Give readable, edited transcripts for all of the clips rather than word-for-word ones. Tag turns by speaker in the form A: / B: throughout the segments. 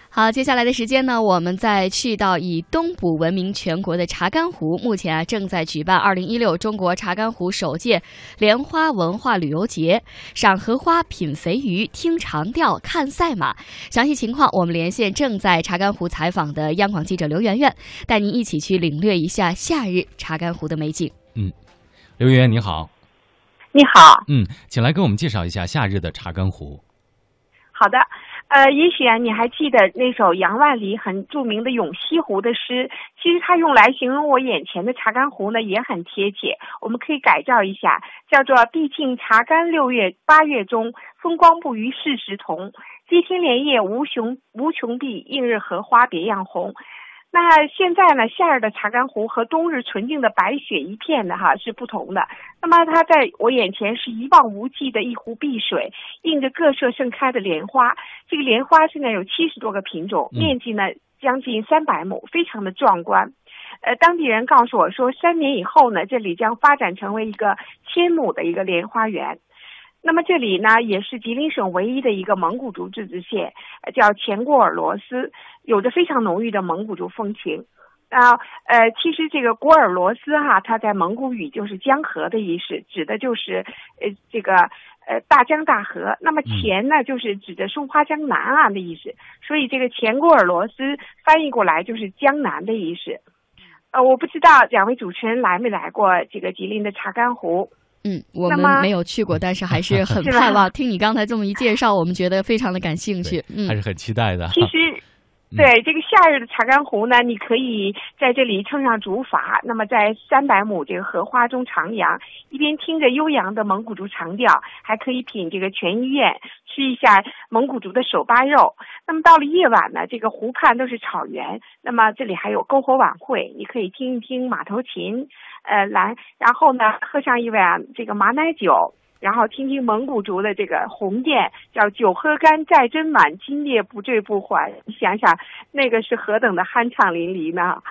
A: 好，接下来的时间呢，我们再去到以东捕闻名全国的查干湖，目前正在举办2016中国查干湖首届莲花文化旅游节，赏荷花、品肥鱼、听长调、看赛马。详细情况，我们连线正在查干湖采访的央广记者刘媛媛，带您一起去领略一下夏日查干湖的美景。
B: 刘媛媛你好。
C: 你好。
B: 请来给我们介绍一下夏日的查干湖。
C: 好的。也许你还记得那首杨万里很著名的《咏西湖》的诗，其实它用来形容我眼前的查干湖呢也很贴切，我们可以改造一下，叫做毕竟查干6月8月中，风光不与世时同，接天莲叶无穷碧，映日荷花别样红。那现在呢，夏日的查干湖和冬日纯净的白雪一片的是不同的。那么它在我眼前是一望无际的一湖碧水，映着各色盛开的莲花。这个莲花现在有70多个品种，面积呢将近300亩，非常的壮观。当地人告诉我说，3年以后呢，这里将发展成为一个1000亩的一个莲花园。那么这里呢，也是吉林省唯一的一个蒙古族自治县，叫前郭尔罗斯，有着非常浓郁的蒙古族风情。其实这个郭尔罗斯它在蒙古语就是江河的意思，指的就是大江大河。那么前呢，就是指的松花江南岸的意思，所以这个前郭尔罗斯翻译过来就是江南的意思。我不知道两位主持人来没来过这个吉林的查干湖。
A: 我们没有去过，但是还是很盼望。听你刚才这么一介绍，我们觉得非常的感兴趣。
B: 还是很期待的。
C: 其实对这个夏日的查干湖呢，你可以在这里乘上竹筏，那么在300亩这个荷花中徜徉，一边听着悠扬的蒙古族长调，还可以品这个全医院，吃一下蒙古族的手扒肉。那么到了夜晚呢，这个湖畔都是草原，那么这里还有篝火晚会，你可以听一听马头琴，然后呢喝上一碗这个马奶酒，然后听听蒙古族的这个红饯，叫酒喝干债斟满，今夜不醉不还。你想想那个是何等的酣畅淋漓呢。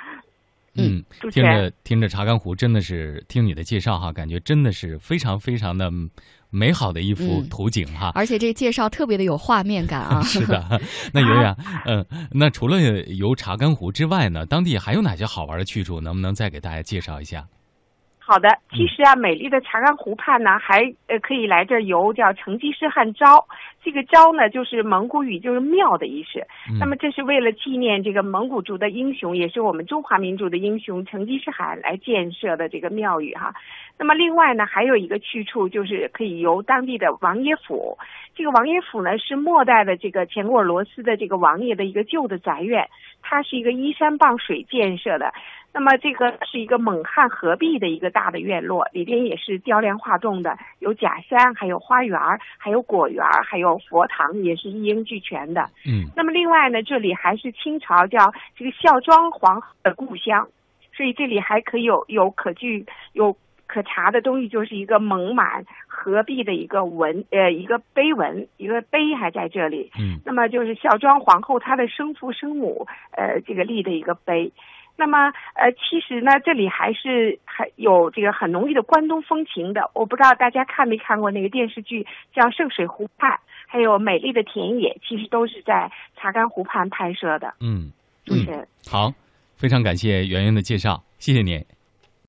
B: 听着查干湖，真的是听你的介绍感觉真的是非常非常的美好的一幅图景
A: 而且这个介绍特别的有画面感啊。
B: 是的。那圆圆，那除了游查干湖之外呢，当地还有哪些好玩的去处？能不能再给大家介绍一下？
C: 好的，其实美丽的查干湖畔呢，还可以来这儿游，叫成吉思汗昭。这个昭呢，就是蒙古语就是庙的意思。那么这是为了纪念这个蒙古族的英雄，也是我们中华民族的英雄成吉思汗来建设的这个庙宇那么另外呢，还有一个去处就是可以游当地的王爷府。这个王爷府呢，是末代的这个前郭尔罗斯的这个王爷的一个旧的宅院，它是一个依山傍水建设的。那么这个是一个蒙汉合璧的一个大的院落，里边也是雕梁画栋的，有假山，还有花园，还有果园，还有佛堂，也是一应俱全的。那么另外呢，这里还是清朝叫这个孝庄皇后的故乡，所以这里还可以有可查的东西，就是一个蒙满合璧的一个一个碑文，一个碑还在这里。那么就是孝庄皇后她的生父生母这个立的一个碑。那么其实呢，这里还有这个很浓郁的关东风情的。我不知道大家看没看过那个电视剧叫《圣水湖畔》，还有《美丽的田野》，其实都是在查干湖畔拍摄的。主持人，
B: 好，非常感谢圆圆的介绍，谢谢您。